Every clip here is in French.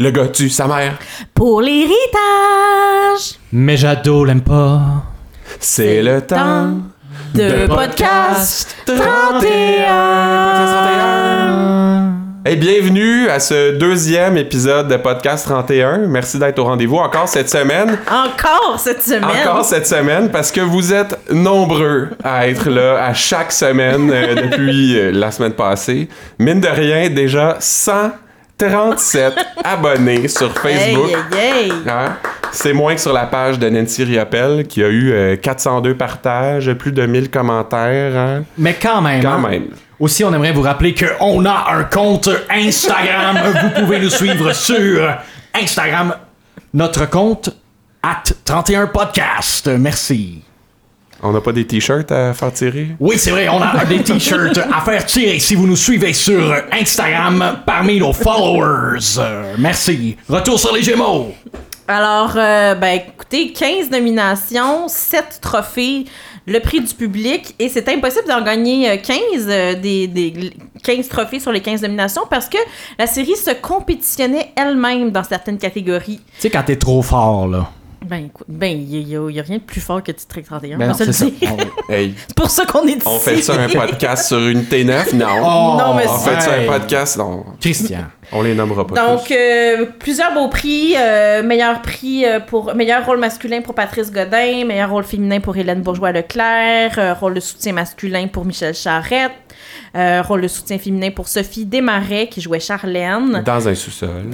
le gars tue sa mère. Pour l'héritage. Mais Jadot l'aime pas. C'est le temps de podcast 31. Hey, bienvenue à ce deuxième épisode de Podcast 31. Merci d'être au rendez-vous encore cette semaine. Encore cette semaine, parce que vous êtes nombreux à être là à chaque semaine depuis la semaine passée. Mine de rien, déjà 137 abonnés sur Facebook. Hey. Hein? C'est moins que sur la page de Nancy Riopelle qui a eu 402 partages, plus de 1000 commentaires. Hein? Mais quand même. Aussi, on aimerait vous rappeler qu'on a un compte Instagram. Vous pouvez nous suivre sur Instagram. Notre compte @31podcast. Merci. On n'a pas des t-shirts à faire tirer? Oui, c'est vrai, on a des t-shirts à faire tirer si vous nous suivez sur Instagram parmi nos followers. Merci. Retour sur les Gémeaux. Alors, écoutez, 15 nominations, 7 trophées, le prix du public, et c'est impossible d'en gagner 15, des 15 trophées sur les 15 nominations parce que la série se compétitionnait elle-même dans certaines catégories. Tu sais, quand t'es trop fort, là. Il y a rien de plus fort que District 31. Ben non, c'est ça. Hey. C'est pour ça qu'on est ici. On fait ça un podcast sur une T9? Non. Non, mais on fait ça un podcast? Non. Christian. On les nommera pas. Donc, plusieurs beaux prix. Meilleur prix pour meilleur rôle masculin pour Patrice Godin, meilleur rôle féminin pour Hélène Bourgeois-Leclerc, rôle de soutien masculin pour Michel Charette, rôle de soutien féminin pour Sophie Desmarais qui jouait Charlène. Dans un sous-sol.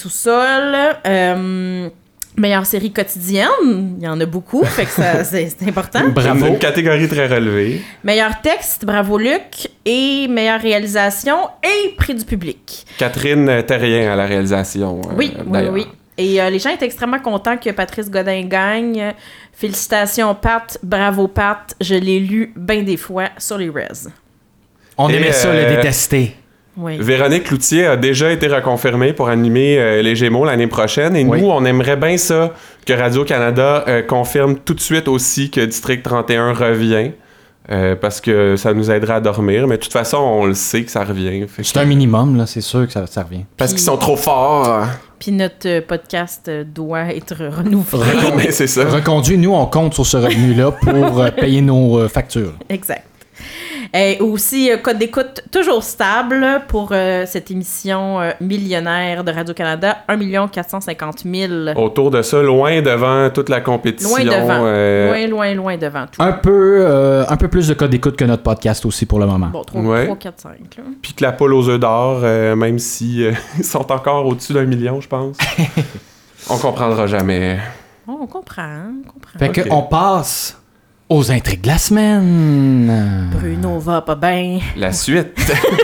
Meilleure série quotidienne, il y en a beaucoup, fait que ça, c'est important. Bravo. Une catégorie très relevée. Meilleur texte, bravo Luc, et meilleure réalisation et prix du public. Catherine Terrien à la réalisation. Oui. Et les gens étaient extrêmement contents que Patrice Godin gagne. Félicitations Pat, bravo Pat, je l'ai lu bien des fois sur les res. On aimait ça, le détester. Oui. Véronique Cloutier a déjà été reconfirmée pour animer les Gémeaux l'année prochaine. Et nous, on aimerait bien ça que Radio-Canada confirme tout de suite aussi que District 31 revient. Parce que ça nous aidera à dormir. Mais de toute façon, on le sait que ça revient. C'est un minimum, là, c'est sûr que ça revient. Parce qu'ils sont trop forts. Puis notre podcast doit être renouvelé. Mais c'est ça. Reconduit, nous, on compte sur ce revenu-là pour payer nos factures. Exact. Et aussi, code d'écoute toujours stable pour cette émission millionnaire de Radio-Canada, 1 450 000. Autour de ça, loin devant toute la compétition. Loin devant. Loin devant tout. Un peu plus de code d'écoute que notre podcast aussi pour le moment. Bon, 3, 4, 5. Là. Puis que la poule aux œufs d'or, même si ils sont encore au-dessus d'1 million, je pense. On comprendra jamais. On comprend. Fait qu'on passe aux intrigues de la semaine. Bruno va pas bien. La suite.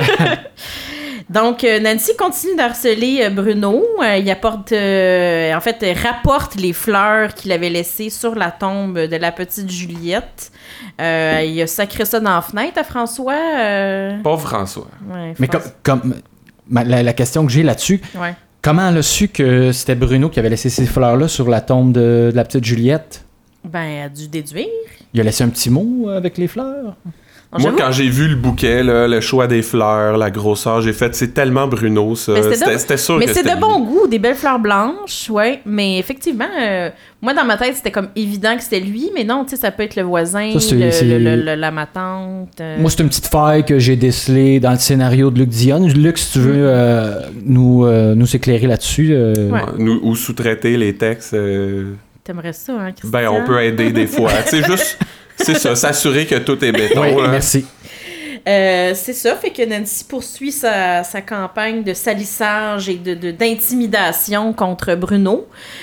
Donc, Nancy continue d'harceler Bruno. Il rapporte les fleurs qu'il avait laissées sur la tombe de la petite Juliette. Il a sacré ça dans la fenêtre à François. Pauvre François. Ouais, mais comme la question que j'ai là-dessus, comment elle a su que c'était Bruno qui avait laissé ces fleurs-là sur la tombe de la petite Juliette? Ben, elle a dû déduire. Il a laissé un petit mot avec les fleurs? Moi, quand j'ai vu le bouquet, là, le choix des fleurs, la grosseur, j'ai fait, c'est tellement Bruno, ça. C'était sûr mais que c'est c'était de bon goût, des belles fleurs blanches, ouais. Mais effectivement, moi, dans ma tête, c'était comme évident que c'était lui, mais non, tu sais, ça peut être le voisin, ma tante. Moi, c'est une petite faille que j'ai décelée dans le scénario de Luc Dionne. Luc, si tu veux nous éclairer là-dessus. Ou sous-traiter les textes. T'aimerais ça, hein, Christian? Ben, on peut aider des fois. C'est juste, c'est ça, s'assurer que tout est béton. Oui, merci. C'est ça, fait que Nancy poursuit sa campagne de salissage et d'intimidation contre Bruno.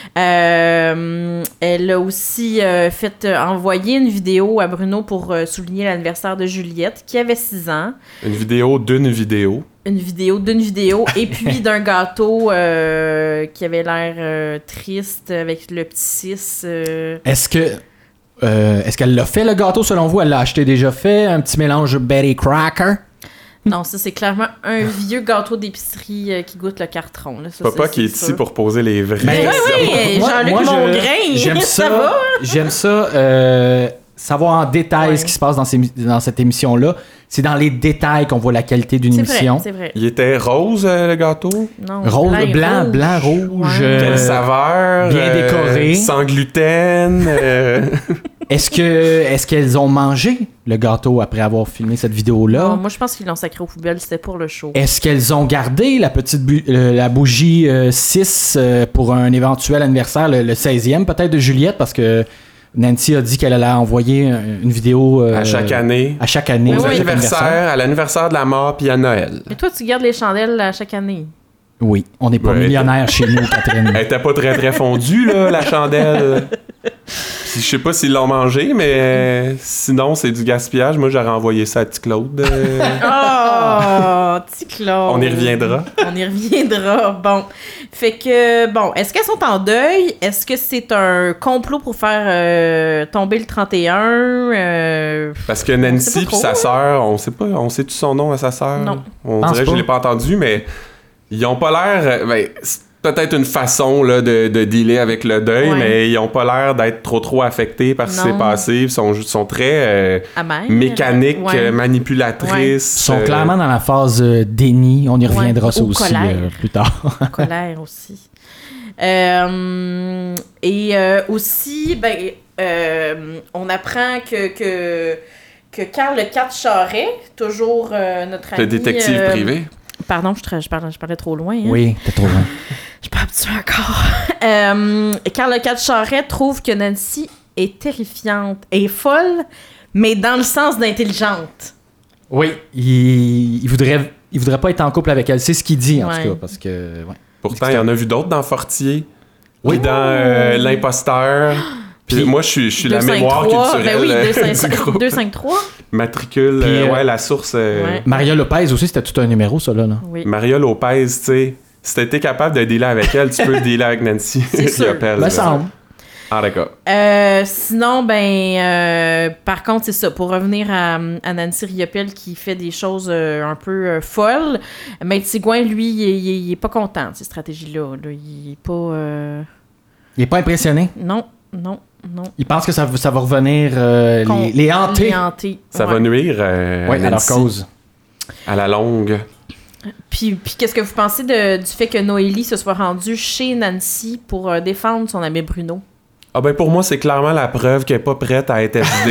Elle a aussi fait envoyer une vidéo à Bruno pour souligner l'anniversaire de Juliette, qui avait 6 ans. Une vidéo d'une vidéo. Une vidéo d'une vidéo, et puis d'un gâteau qui avait l'air triste avec le petit 6. Est-ce qu'elle l'a fait, le gâteau, selon vous? Elle l'a acheté déjà fait? Un petit mélange Betty Cracker? Non, ça, c'est clairement un vieux gâteau d'épicerie qui goûte le carton. Là. Ça, Papa qui est ici pour poser les vraies questions. Oui, Jean-Luc Mongrain. J'aime ça. J'aime ça. savoir en détail ce qui se passe dans cette émission-là. C'est dans les détails qu'on voit la qualité d'une émission. C'est vrai. Il était rose, le gâteau? Non, Rose, blanc, rouge. Ouais. Quelle saveur? bien décoré. Sans gluten. Est-ce qu'elles ont mangé le gâteau après avoir filmé cette vidéo-là? Non, moi, je pense qu'ils l'ont sacré aux poubelles. C'était pour le show. Est-ce qu'elles ont gardé la petite la bougie 6 pour un éventuel anniversaire, le 16e peut-être de Juliette, parce que Nancy a dit qu'elle allait envoyer une vidéo à chaque année. À chaque année. Aux chaque anniversaires, à l'anniversaire de la mort, puis à Noël. Mais toi, tu gardes les chandelles à chaque année. Oui, on n'est pas millionnaire chez nous, Catherine. Elle était pas très très fondue, là, la chandelle. Puis, je sais pas s'ils l'ont mangé, mais sinon, c'est du gaspillage. Moi, j'aurais envoyé ça à petit Claude. Oh, petit Claude. On y reviendra. On y reviendra. Bon. Fait que, bon, est-ce qu'elles sont en deuil? Est-ce que c'est un complot pour faire tomber le 31? Parce que Nancy puis sa sœur, on sait-tu son nom à sa sœur? Non. On dirait que je l'ai pas entendu, mais ils ont pas l'air... c'est peut-être une façon là, de dealer avec le deuil, mais ils ont pas l'air d'être trop affectés par ce qui s'est passé. Ils sont très mécaniques, manipulatrices. Ils sont clairement dans la phase déni. On y reviendra ça aussi plus tard. Colère aussi. Et aussi, on apprend que Carl Le Cat Charret, toujours notre ami... Le détective privé. Pardon, je parlais trop loin. Hein? Oui, t'es trop loin. Je suis pas habituée encore. Carl Le Cat Charret trouve que Nancy est terrifiante et folle, mais dans le sens d'intelligente. Oui, il voudrait pas être en couple avec elle. C'est ce qu'il dit, en tout cas, parce que... Ouais. Pourtant, il y en a vu d'autres dans Fortier. Oui. Dans L'Imposteur. Puis moi, je suis la mémoire culturelle du groupe. 253. Matricule, la source. Maria Lopez aussi, c'était tout un numéro, ça, là. Oui. Maria Lopez, tu sais, si t'étais capable de dealer avec elle, tu peux dealer avec Nancy. C'est sûr. Ben, ça. Ah, d'accord. Sinon, par contre, c'est ça. Pour revenir à Nancy Riopelle qui fait des choses un peu folles, Maître Sigouin, lui, il est pas content de ces stratégies-là. Là. Il est pas... Il est pas impressionné? Non. Il pense que ça va revenir les hanter. Ça va nuire à leur cause. À la longue. Puis qu'est-ce que vous pensez du fait que Noélie se soit rendue chez Nancy pour défendre son ami Bruno? Ah pour moi, c'est clairement la preuve qu'elle est pas prête à être FD.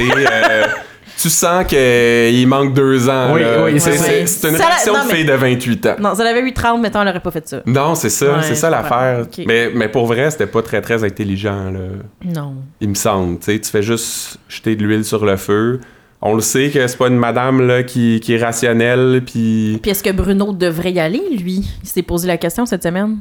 Tu sens qu'il manque 2 ans. Oui, c'est une réaction de fille de 28 ans. Non, si elle avait eu 30, mettons, elle aurait pas fait ça. Non, c'est ça. C'est ça l'affaire. Okay. Mais pour vrai, c'était pas très, très intelligent. Là. Non. Il me semble. Tu fais juste jeter de l'huile sur le feu. On le sait que c'est pas une madame là, qui est rationnelle. Puis est-ce que Bruno devrait y aller, lui? Il s'est posé la question cette semaine.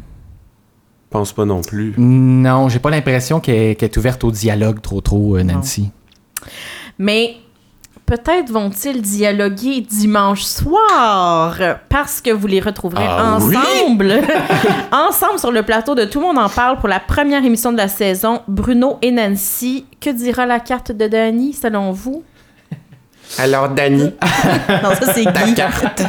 Je pense pas non plus. Non, j'ai pas l'impression qu'elle est ouverte au dialogue trop, Nancy. Non. Mais... peut-être vont-ils dialoguer dimanche soir parce que vous les retrouverez ensemble. Ensemble sur le plateau de Tout le monde en parle pour la première émission de la saison. Bruno et Nancy. Que dira la carte de Dany selon vous? Alors, Dany. Non, ça c'est Guy. Carte.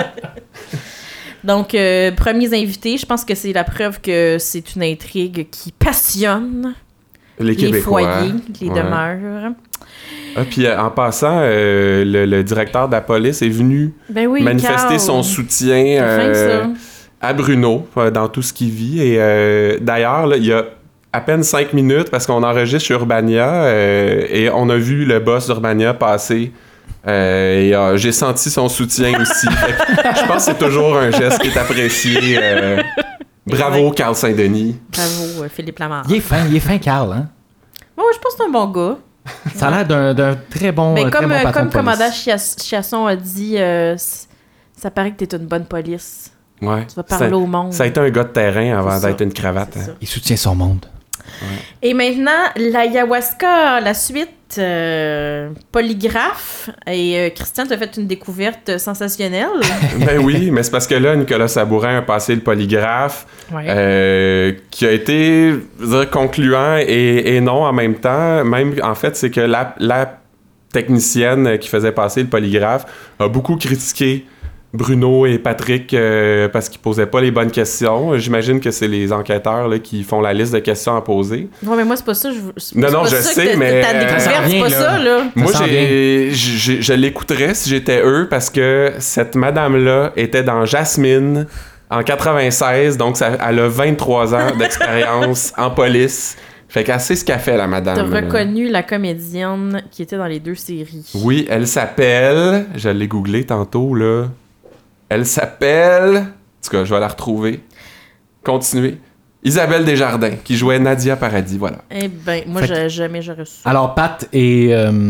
Donc, premiers invités, je pense que c'est la preuve que c'est une intrigue qui passionne les foyers, les demeures. Ah, puis en passant, le directeur de la police est venu manifester son soutien à Bruno dans tout ce qu'il vit. Et d'ailleurs, là, il y a à peine 5 minutes, parce qu'on enregistre chez Urbania, et on a vu le boss d'Urbania passer. Et j'ai senti son soutien aussi. Je pense que c'est toujours un geste qui est apprécié. Bravo, Carl Saint-Denis. Bravo, Philippe Lamarre. Il est fin, Carl, hein? Ouais, je pense que c'est un bon gars. Ça a l'air d'un très bon mais très bon patron comme de police. commandant Chiasson a dit, ça paraît que t'es une bonne police. Ouais. Tu vas parler au monde. Ça a été un gars de terrain avant d'être une cravate. Hein. Il soutient son monde. Ouais. Et maintenant, l'ayahuasca, la suite, polygraphe. Et Christian, t'as fait une découverte sensationnelle. Ben oui, mais c'est parce que là, Nicolas Sabourin a passé le polygraphe, qui a été, je veux dire, concluant et non en même temps. Même, en fait, c'est que la technicienne qui faisait passer le polygraphe a beaucoup critiqué Bruno et Patrick parce qu'ils posaient pas les bonnes questions. J'imagine que c'est les enquêteurs là, qui font la liste de questions à poser. Ouais, mais moi, c'est pas ça. Non, je sais, mais... Ta découverte, c'est pas ça, là. Moi, je l'écouterais si j'étais eux parce que cette madame-là était dans Jasmine en 96, donc elle a 23 ans d'expérience en police. Fait qu'elle sait ce qu'elle fait, la madame. T'as reconnu la comédienne qui était dans les 2 séries. Oui, elle s'appelle... Je l'ai googlé tantôt, là. Elle s'appelle... En tout cas, je vais la retrouver. Continuez. Isabelle Desjardins, qui jouait Nadia Paradis, voilà. Eh ben, moi, jamais j'aurais su. Alors, Pat et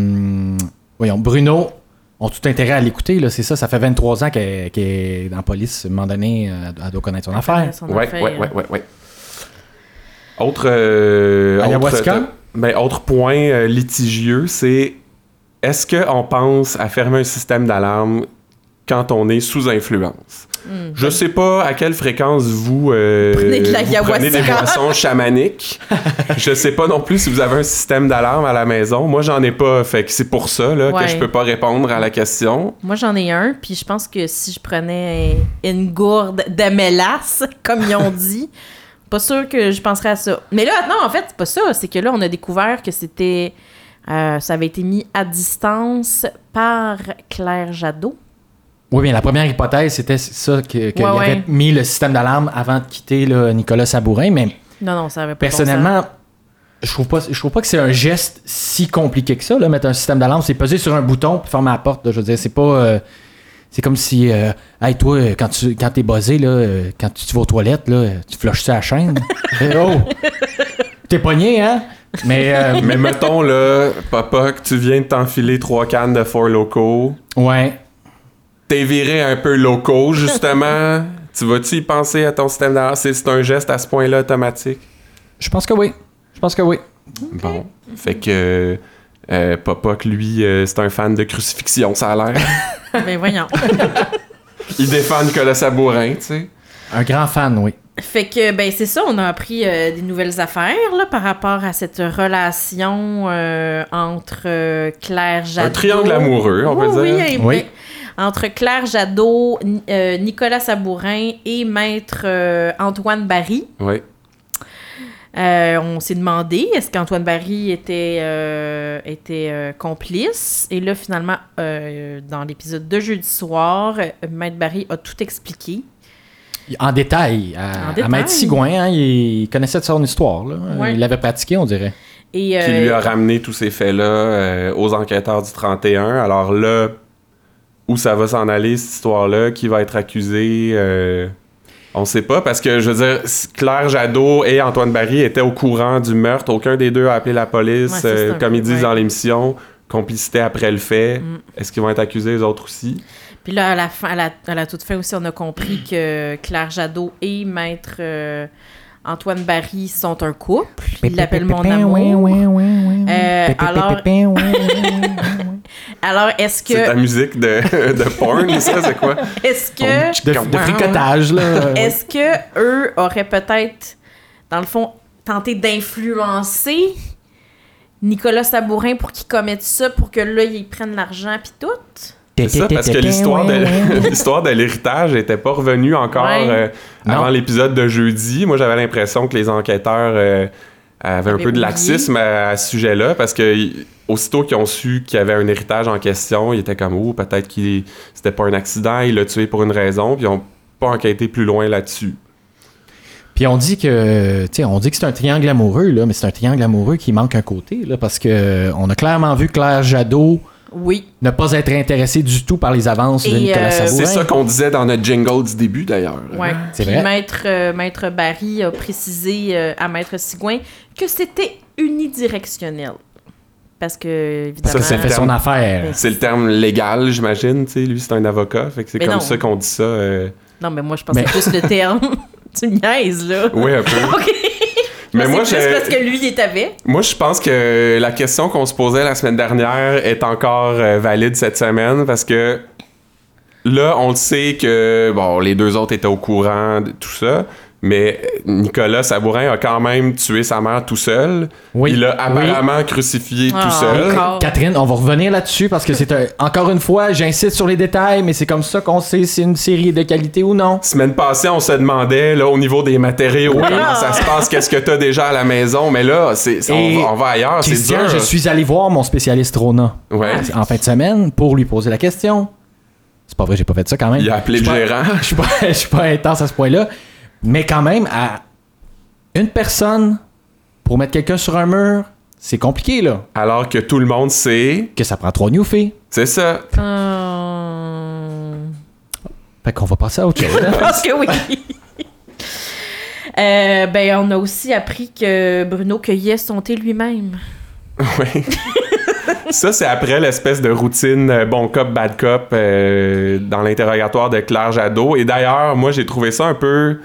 Bruno ont tout intérêt à l'écouter. Là, c'est ça, ça fait 23 ans qu'elle est dans la police. À un moment donné, elle doit connaître son affaire. Ouais. Autre point litigieux, c'est est-ce qu'on pense à fermer un système d'alarme quand on est sous influence? Je sais pas à quelle fréquence vous prenez des boissons chamaniques. Je sais pas non plus si vous avez un système d'alarme à la maison. Moi, j'en ai pas, fait que c'est pour ça là, que je peux pas répondre à la question. Moi, j'en ai un, puis je pense que si je prenais une gourde de mélasse, comme ils ont dit, pas sûr que je penserais à ça. Mais là, non, en fait, c'est pas ça. C'est que là, on a découvert que c'était... ça avait été mis à distance par Claire Jadot. Oui, bien, la première hypothèse, c'était ça, qu'il avait mis le système d'alarme avant de quitter là, Nicolas Sabourin, mais non, ça avait pas personnellement, je trouve pas que c'est un geste si compliqué que ça, là, mettre un système d'alarme, c'est peser sur un bouton puis fermer la porte, là, je veux dire, c'est pas... c'est comme si, hey, toi, quand t'es buzzé, là, quand tu vas aux toilettes, là, tu flushes ça à la chaîne. Oh! T'es pogné, hein? Mais mettons, là, papa, que tu viens de t'enfiler 3 cannes de Four Loko. Ouais. T'es viré un peu loco, justement. Tu vas-tu y penser à ton système d'alarme? C'est un geste à ce point-là automatique? Je pense que oui. Okay. Bon. Fait que Papa, lui, c'est un fan de crucifixion, ça a l'air. Ben voyons. Il défend Nicolas Sabourin, tu sais. Un grand fan, oui. Fait que, ben c'est ça, on a appris des nouvelles affaires là, par rapport à cette relation entre Claire Jadot... Un triangle amoureux, on peut dire. Oui. Entre Claire Jadot, Nicolas Sabourin et Maître Antoine Barry. Oui. On s'est demandé, est-ce qu'Antoine Barry était complice? Et là, finalement, dans l'épisode de jeudi soir, Maître Barry a tout expliqué. En détail. À Maître Sigouin, hein, il connaissait son histoire. Là. Ouais. Il l'avait pratiqué, on dirait. Et, qui lui a ramené tous ces faits-là aux enquêteurs du 31. Alors là, où ça va s'en aller, cette histoire-là? Qui va être accusé? On sait pas, parce que, je veux dire, Claire Jadot et Antoine Barry étaient au courant du meurtre. Aucun des deux a appelé la police, comme ils disent dans l'émission. Complicité après le fait. Est-ce qu'ils vont être accusés, eux autres aussi? Puis là, à la fin, à la toute fin aussi, on a compris que Claire Jadot et Maître Antoine Barry sont un couple. Il l'appelle mon amour. Alors, est-ce que... C'est ta musique de porn, ça? C'est quoi? Est-ce que... De fricotage, là. Est-ce que eux auraient peut-être, dans le fond, tenté d'influencer Nicolas Sabourin pour qu'il commette ça, pour que là, ils prennent l'argent puis tout? C'est ça, parce que l'histoire de l'héritage n'était pas revenue encore avant l'épisode de jeudi. Moi, j'avais l'impression que les enquêteurs avaient un peu de laxisme à ce sujet-là, parce que aussitôt qu'ils ont su qu'il y avait un héritage en question, ils étaient comme, peut-être que c'était pas un accident, il l'a tué pour une raison, puis ils n'ont pas enquêté plus loin là-dessus. Puis on dit que c'est un triangle amoureux, là, mais c'est un triangle amoureux qui manque un côté, là, parce que on a clairement vu Claire Jadot ne pas être intéressée du tout par les avances de Nicolas Sabourin. C'est ça qu'on disait dans notre jingle du début, d'ailleurs. Oui, c'est puis vrai. Maître Barry a précisé à Maître Sigouin que c'était unidirectionnel. Parce que, évidemment... Ça fait son affaire. C'est le terme légal, j'imagine. Lui, c'est un avocat. Fait que c'est comme ça qu'on dit ça. Non, mais moi, je pensais plus le terme. Tu niaises, là. Oui, un peu. OK. Mais moi, c'est plus parce que lui, il est avec. Moi, je pense que la question qu'on se posait la semaine dernière est encore valide cette semaine, parce que là, on le sait que, les deux autres étaient au courant de tout ça, Mais Nicolas Sabourin a quand même tué sa mère tout seul. Oui. Il l'a apparemment crucifié tout Ah, seul. encore. Catherine, on va revenir là-dessus parce que encore une fois, j'insiste sur les détails, mais c'est comme ça qu'on sait si une série est de qualité ou non. Semaine passée, on se demandait, là, au niveau des matériaux, comment ça se passe, qu'est-ce que t'as déjà à la maison. Mais là, on va ailleurs, c'est Christian, dur. je suis allé voir mon spécialiste Rona Ouais. en fin de semaine pour lui poser la question. C'est pas vrai, j'ai pas fait ça quand même. Il a appelé le gérant. Je suis pas intense à ce point-là. Mais quand même, à une personne, pour mettre quelqu'un sur un mur, c'est compliqué, là. Alors que tout le monde sait, Que ça prend 3 newfies. c'est ça. Fait qu'on va passer à autre chose. Je pense que oui. On a aussi appris que Bruno cueillait son thé lui-même. Oui. Ça, c'est après l'espèce de routine bon cop, bad cop dans l'interrogatoire de Claire Jadot. Et d'ailleurs, moi, j'ai trouvé ça un peu,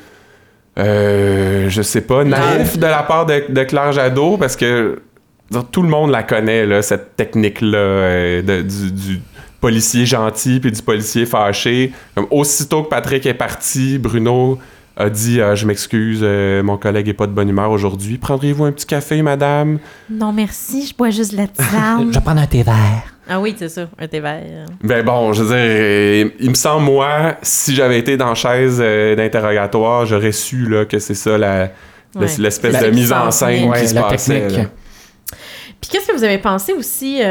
je sais pas, naïf de la part de Claire Jadot, parce que tout le monde la connaît, là, cette technique-là du policier gentil puis du policier fâché. Comme, aussitôt que Patrick est parti, Bruno a dit « Je m'excuse, mon collègue est pas de bonne humeur aujourd'hui. Prendriez-vous un petit café, madame? » Non, merci, je bois juste de la tisane. Je vais prendre un thé vert. Ah oui, c'est ça, un thé vert. Ben bon, je veux dire, il me semble, moi, si j'avais été dans la chaise d'interrogatoire, j'aurais su là, que c'est ça l'espèce de mise en scène qui se la passait. technique. Là. Puis qu'est-ce que vous avez pensé aussi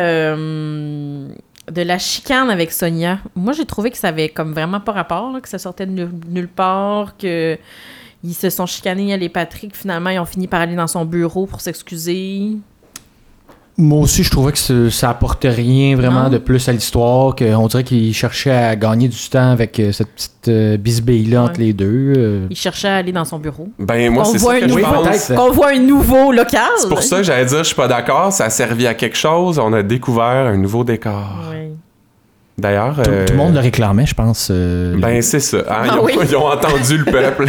de la chicane avec Sonia? Moi, j'ai trouvé que ça avait comme vraiment pas rapport, là, que ça sortait de nulle part, que ils se sont chicanés, elle et Patrick. Finalement, ils ont fini par aller dans son bureau pour s'excuser. Moi aussi, je trouvais que ça apportait rien vraiment Non. de plus à l'histoire, qu'on dirait qu'il cherchait à gagner du temps avec cette petite bisbille-là entre les deux. Il cherchait à aller dans son bureau. Ben moi, On c'est voit ça que un je nouveau- pense. peut-être. Qu'on voit un nouveau local. C'est pour ça que j'allais dire, je suis pas d'accord, ça a servi à quelque chose, on a découvert un nouveau décor. Oui. D'ailleurs... Tout le monde le réclamait, je pense. Ben c'est ça, hein, Ah oui. ils ont entendu le peuple.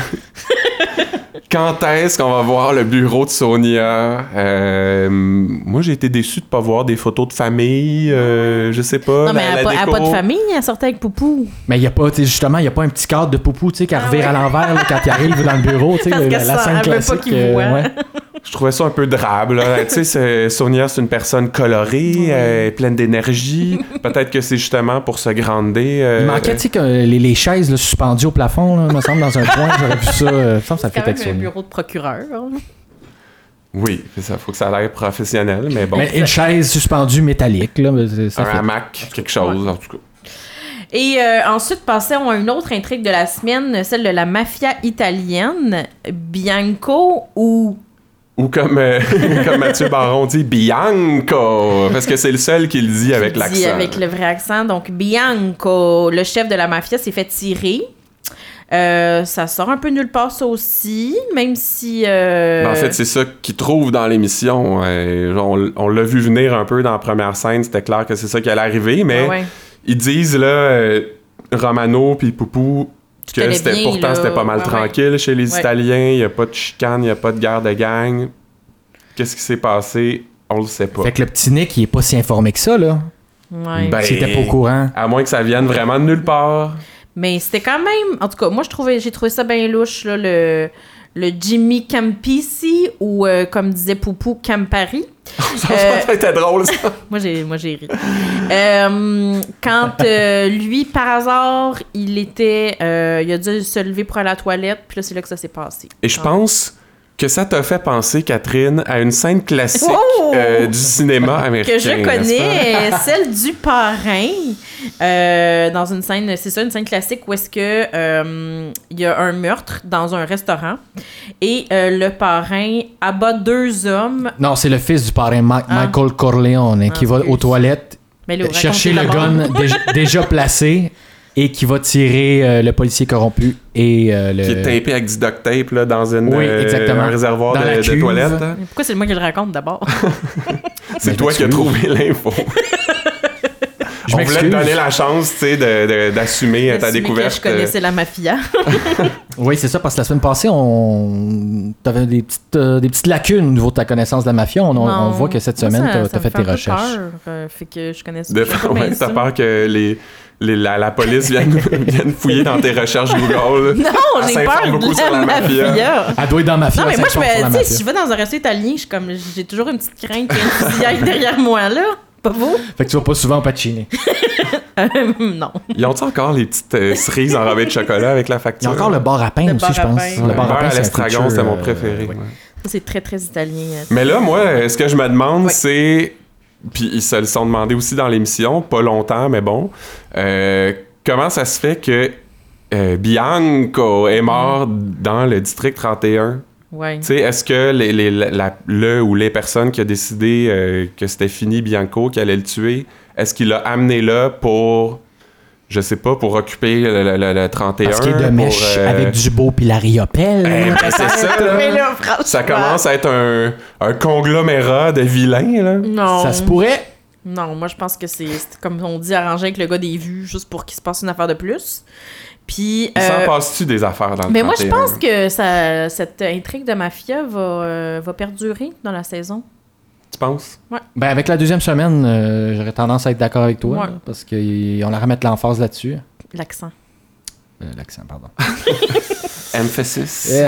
Quand est-ce qu'on va voir le bureau de Sonia? Moi, j'ai été déçu de pas voir des photos de famille, je sais pas. Non, mais elle la n'a déco. pas de famille, elle sortait avec Poupou. Mais il y a pas, tu sais, justement, il y a pas un petit cadre de poupou, tu sais, qui revire ouais. à l'envers là, quand il arrive dans le bureau, tu sais, Parce que la ça, scène elle veut pas classique. qu'il voit. ouais. Je trouvais ça un peu drabe. Là. Tu sais, Sonia, c'est une personne colorée, pleine d'énergie. Peut-être que c'est justement pour se grander. Il manquait, tu sais, que les chaises là, suspendues au plafond, là, me semble, dans un coin, j'aurais vu ça. Il me semble que ça C'est fait quand même avec un ça. bureau de procureur. hein. Oui, c'est ça. Faut que ça ait l'air professionnel, mais bon. Mais une chaise suspendue métallique, là, ça Un fait. hamac, quelque chose, en tout cas. Et ensuite, passons à une autre intrigue de la semaine, celle de la mafia italienne. Bianco ou... Ou comme, comme Mathieu Baron dit, Bianco, parce que c'est le seul qui le dit avec dit l'accent. avec le vrai accent. Donc, Bianco, le chef de la mafia, s'est fait tirer. Ça sort un peu nulle part, ça aussi, même si... En fait, c'est ça qu'ils trouvent dans l'émission. On l'a vu venir un peu dans la première scène, c'était clair que c'est ça qui allait arriver, mais ouais. ils disent, là, Romano puis Poupou, que connais c'était, bien, pourtant là. c'était pas mal Ouais, tranquille chez les Ouais. Italiens, il n'y a pas de chicane, il n'y a pas de guerre de gang. Qu'est-ce qui s'est passé? On le sait pas. Fait que le petit Nick, il est pas si informé que ça, là. Ouais. Ben, S'il était pas au courant. À moins que ça vienne vraiment de nulle part. Mais c'était quand même... En tout cas, moi, j'ai trouvé ça bien louche, là, le Jimmy Campisi, ou comme disait Poupou, Campari. Ça était drôle, ça. Moi, j'ai ri. Quand lui, par hasard, il a dû se lever pour aller à la toilette, puis là, c'est là que ça s'est passé. Et je pense que ça t'a fait penser, Catherine, à une scène classique Oh! du cinéma américain. Que je n'est-ce connais, celle du parrain. Dans une scène, c'est ça, une scène classique où est-ce que il y a un meurtre dans un restaurant et le parrain abat 2 hommes. Non, c'est le fils du parrain Michael Corleone qui va excuse. aux toilettes Mais là, chercher le racontez gun déjà placé et qui va tirer le policier corrompu et le... Qui est tapé avec du duct tape là, dans une, Oui, exactement. un réservoir Dans la de cuve. toilette. Mais pourquoi c'est moi qui le raconte d'abord? C'est Mais toi je qui as m'excuse. trouvé l'info. Je On voulait te m'excuse. donner la chance, tu sais, d'assumer ta Assumez découverte. que je connaissais la mafia. Oui, c'est ça, parce que la semaine passée, t'avais des petites lacunes au niveau de ta connaissance de la mafia. On voit que cette semaine, t'as fait tes recherches. Peur, fait que je connais ça. De je sais pas ouais, bien t'as ça. peur que la police vienne fouiller dans tes recherches Google. Non, j'ai peur beaucoup sur la mafia. Elle doit être dans Mafia. Non, mais moi, tu sais, si je vais dans un resto italien, j'ai toujours une petite crainte qu'il y ait une fusillade derrière moi, là. Pas vous? Fait que tu vas pas souvent au Pacini. Non. Ils ont encore les petites cerises enrobées de chocolat avec la Il y facture? a encore le bar à pain Le aussi, bar je à pense. pain. Le bar à c'est un l'estragon, feature, c'était mon préféré. ouais. Ouais. Ça, c'est très, très italien. Mais là, moi, ce que je me demande, Oui. c'est... Puis ils se le sont demandé aussi dans l'émission, pas longtemps, mais bon. Comment ça se fait que Bianco est mort dans le district 31? Ouais. Tu sais, est-ce que le ou les personnes qui ont décidé que c'était fini Bianco, qui allait le tuer, est-ce qu'il l'a amené là pour, je sais pas, pour occuper le 31? Parce qu'il est de pour, mèche avec Dubo puis la Riopelle. ben, c'est ça, là. Mais là, franchement. Ça commence à être un conglomérat de vilains, là. Non. Ça se pourrait. Non, moi, je pense que c'est comme on dit, arrangé avec le gars des vues, juste pour qu'il se passe une affaire de plus. Puis. Il s'en passe-tu des affaires dans le 31? Mais moi, je pense que cette intrigue de mafia va perdurer dans la saison. Tu penses? Ben, avec la deuxième semaine, j'aurais tendance à être d'accord avec toi. Ouais. Là, parce qu'on la remettre l'emphase là-dessus. L'accent. L'accent, pardon. Emphasis.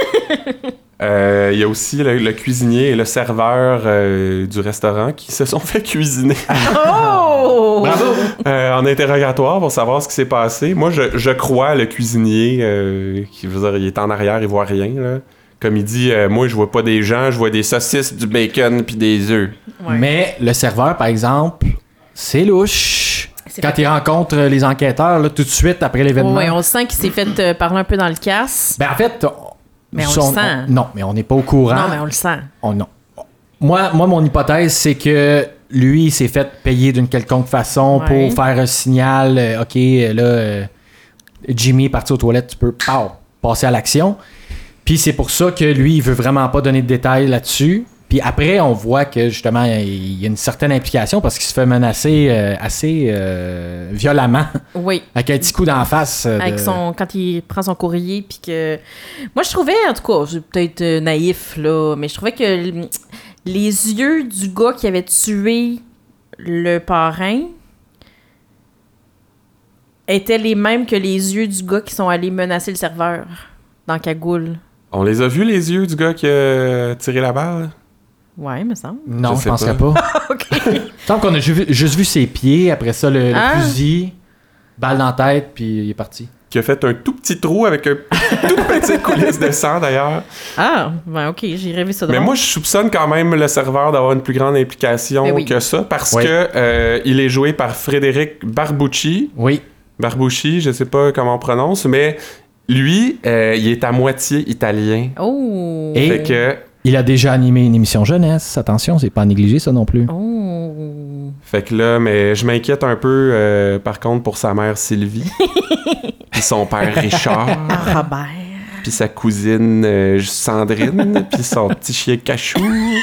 Il y a aussi le cuisinier et le serveur du restaurant qui se sont fait cuisiner Oh! Bravo! en interrogatoire pour savoir ce qui s'est passé. Moi, je crois le cuisinier qui, je veux dire, il est en arrière, il voit rien, là. Comme il dit, moi, je vois pas des gens, je vois des saucisses, du bacon puis des œufs. Ouais. Mais le serveur, par exemple, c'est louche. C'est Quand fait- il rencontre les enquêteurs, là, tout de suite après l'événement. Ouais, on sent qu'il s'est fait parler un peu dans le casse. Ben, en fait, Mais on le sent. non, mais on n'est pas au courant. Non, mais on le sent. Non. Moi, mon hypothèse, c'est que lui, il s'est fait payer d'une quelconque façon Ouais. pour faire un signal. OK, là, Jimmy est parti aux toilettes, tu peux passer à l'action. Puis c'est pour ça que lui, il veut vraiment pas donner de détails là-dessus. Puis après, on voit que justement, il y a une certaine implication parce qu'il se fait menacer assez violemment, Oui. avec un petit coup d'en face. Avec quand il prend son courrier, puis que... Moi, je trouvais, en tout cas, c'est peut-être naïf, là, mais je trouvais que les yeux du gars qui avait tué le parrain étaient les mêmes que les yeux du gars qui sont allés menacer le serveur dans Cagoule. On les a vus, les yeux du gars qui a tiré la balle? Ouais, me semble. Non, Je je sais penserais pas. pas. OK. Il semble qu'on a juste vu ses pieds, après ça, le Ah. fusil, balle dans la tête, puis il est parti. Qui a fait un tout petit trou avec un toute petite coulisse de sang, d'ailleurs. Ah, ben OK, j'ai rêvé ça. Mais drôle. moi, je soupçonne quand même le serveur d'avoir une plus grande implication Ben oui. que ça, parce Oui. que il est joué par Frédéric Barbucci. Oui. Barbucci, je sais pas comment on prononce, mais lui, il est à moitié italien. Oh! Et- Fait que, Il a déjà animé une émission jeunesse. Attention, c'est pas à négliger ça non plus. Oh! fait que là, mais je m'inquiète un peu, par contre, pour sa mère Sylvie, puis son père Richard, Robert. puis sa cousine Sandrine, puis son petit chien Cachou.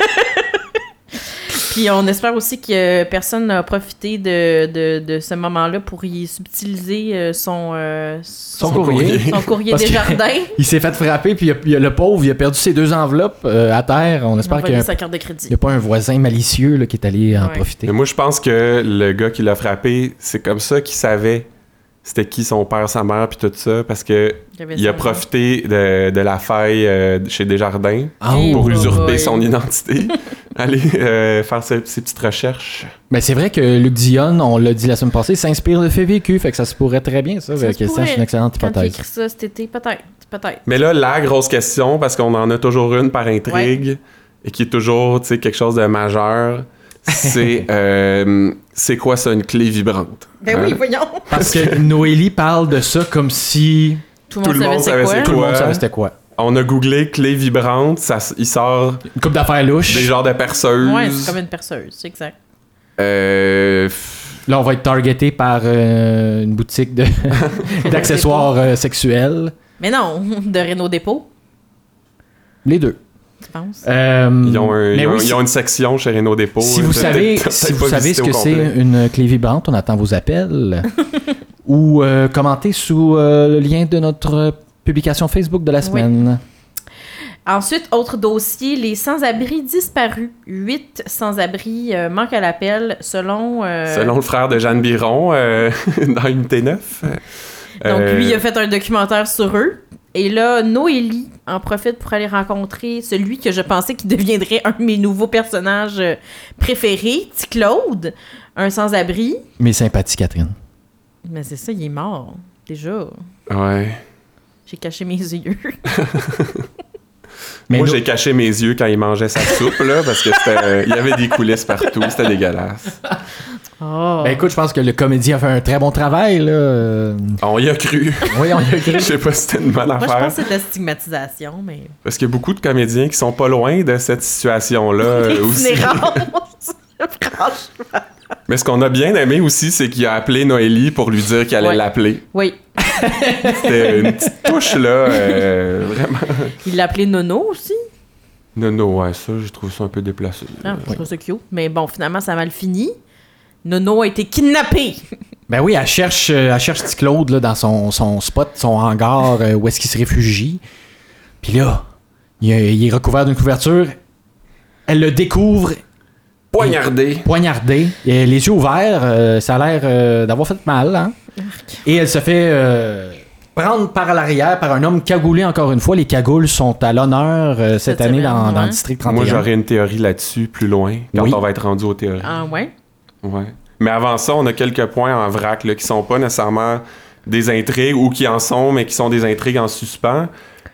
Puis on espère aussi que personne n'a profité de ce moment-là pour y subtiliser son courrier. son courrier Parce que- Desjardins. Il s'est fait frapper, puis le pauvre, il a perdu ses 2 enveloppes à terre. On Il a espère qu'il volé n'y a, sa carte de crédit. pas un voisin malicieux là, qui est allé en Ouais. profiter. Mais moi, je pense que le gars qui l'a frappé, c'est comme ça qu'il savait c'était qui son père, sa mère, puis tout ça, parce que il a profité de la faille chez Desjardins Ah, pour Oh, usurper boy. son identité, aller faire ses petites recherches. Mais c'est vrai que Luc Dion, on l'a dit la semaine passée, s'inspire de faits vécus, fait que ça se pourrait très bien, ça. Ça Fait se que ça, pourrait. c'est une excellente Quand il a hypothèse. écrit ça cet été, peut-être. Mais là, la grosse question, parce qu'on en a toujours une par intrigue, et qui est toujours, tu sais, quelque chose de majeur, c'est quoi ça, une clé vibrante? Ben Hein? oui, voyons. Parce que Noélie parle de ça comme si Tout le monde savait c'est tout le monde Ouais. savait c'était quoi. On a googlé clé vibrante, il sort Une coupe d'affaires louches. des genres de perceuses. Ouais, c'est comme une perceuse, c'est exact. Là, on va être targeté par une boutique d'accessoires sexuels. Mais non, de Renault Dépôt, Les deux. tu penses? Ils ont, mais oui, ils ont une section chez Renault Dépôt. si vous savez, si vous savez ce que c'est une clé vibrante, on attend vos appels. Ou commentez sous le lien de notre publication Facebook de la semaine. Ensuite, autre dossier, les sans-abri disparus. 8 sans-abri manquent à l'appel selon le frère de Jeanne Biron dans Unité 9. Donc, lui, il a fait un documentaire sur eux. Et là, Noélie en profite pour aller rencontrer celui que je pensais qui deviendrait un de mes nouveaux personnages préférés, Petit Claude, un sans-abri. Mes sympathies, Catherine. Mais c'est ça, il est mort, déjà. Ouais. J'ai caché mes yeux. Mais moi, j'ai caché mes yeux quand il mangeait sa soupe, là, parce que il y avait des coulisses partout, c'était dégueulasse. Oh. Ben écoute, je pense que le comédien a fait un très bon travail, là. On y a cru. Oui, on y a cru. Je sais pas si c'était une bonne Moi, affaire. je pense que c'est de la stigmatisation, mais... Parce qu'il y a beaucoup de comédiens qui sont pas loin de cette situation-là aussi. Franchement. Mais ce qu'on a bien aimé aussi, c'est qu'il a appelé Noélie pour lui dire qu'il allait l'appeler. Oui. C'était une petite touche, là, vraiment. Il l'a appelé Nono aussi. Nono, ouais, ça, j'ai trouvé ça un peu déplacé. Ah, je trouve ça cute. Mais bon, finalement, ça a mal fini. Nono a été kidnappé. Ben oui, elle cherche Petit Claude là, dans son spot, son hangar, où est-ce qu'il se réfugie. Puis là, il est recouvert d'une couverture. Elle le découvre. Poignardé. Et les yeux ouverts, ça a l'air d'avoir fait mal. Hein? Et elle se fait prendre par l'arrière par un homme cagoulé encore une fois. Les cagoules sont à l'honneur cette année dans le district 31. Moi, j'aurais une théorie là-dessus plus loin, quand on va être rendu aux théories. Ah ouais? Ouais. Mais avant ça, on a quelques points en vrac là, qui sont pas nécessairement des intrigues ou qui en sont, mais qui sont des intrigues en suspens.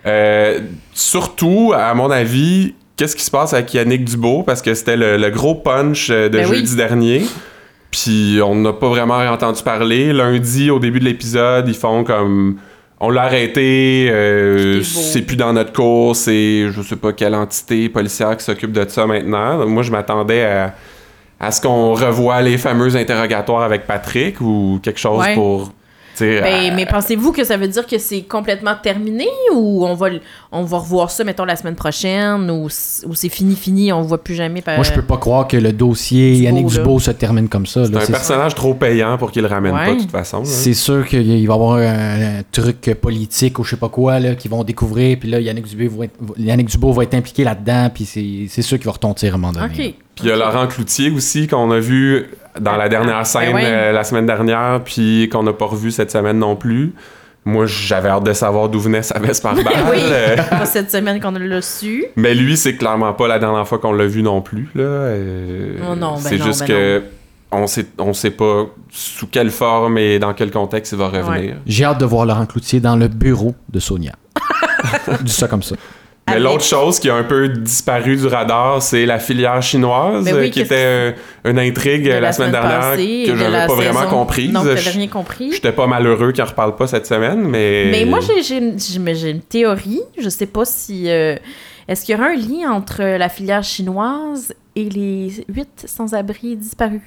Surtout, à mon avis, qu'est-ce qui se passe avec Yannick Dubeau? Parce que c'était le gros punch de jeudi dernier. Puis on n'a pas vraiment entendu parler. Lundi, au début de l'épisode, ils font comme... On l'a arrêté, c'est plus dans notre cours, c'est je sais pas quelle entité policière qui s'occupe de ça maintenant. Moi, je m'attendais à ce qu'on revoie les fameux interrogatoires avec Patrick ou quelque chose pour... Mais pensez-vous que ça veut dire que c'est complètement terminé ou on va revoir ça, mettons, la semaine prochaine ou c'est fini, on ne voit plus jamais... Moi, je peux pas croire que le dossier Yannick Dubeau se termine comme ça. C'est un personnage trop payant pour qu'il le ramène pas, de toute façon. Là. C'est sûr qu'il va y avoir un truc politique ou je sais pas quoi là, qu'ils vont découvrir, puis là, Yannick Dubeau va être impliqué là-dedans, puis c'est sûr qu'il va retentir à un moment donné. OK. Puis il y a Laurent Cloutier aussi, qu'on a vu dans la dernière scène la semaine dernière, puis qu'on n'a pas revu cette semaine non plus. Moi, j'avais hâte de savoir d'où venait sa veste par balle. Oui, pas cette semaine qu'on l'a su. Mais lui, c'est clairement pas la dernière fois qu'on l'a vu non plus. Là. C'est juste que on sait pas sous quelle forme et dans quel contexte il va revenir. J'ai hâte de voir Laurent Cloutier dans le bureau de Sonia. Dis ça comme ça. Mais l'autre chose qui a un peu disparu du radar, c'est la filière chinoise, qui était une intrigue la semaine dernière que je n'avais pas vraiment comprise. Non, tu n'avais rien compris. J'étais pas malheureux qu'il en reparle pas cette semaine, mais... Mais moi, j'ai une théorie. Je sais pas si... est-ce qu'il y aura un lien entre la filière chinoise et les 8 sans-abri disparus?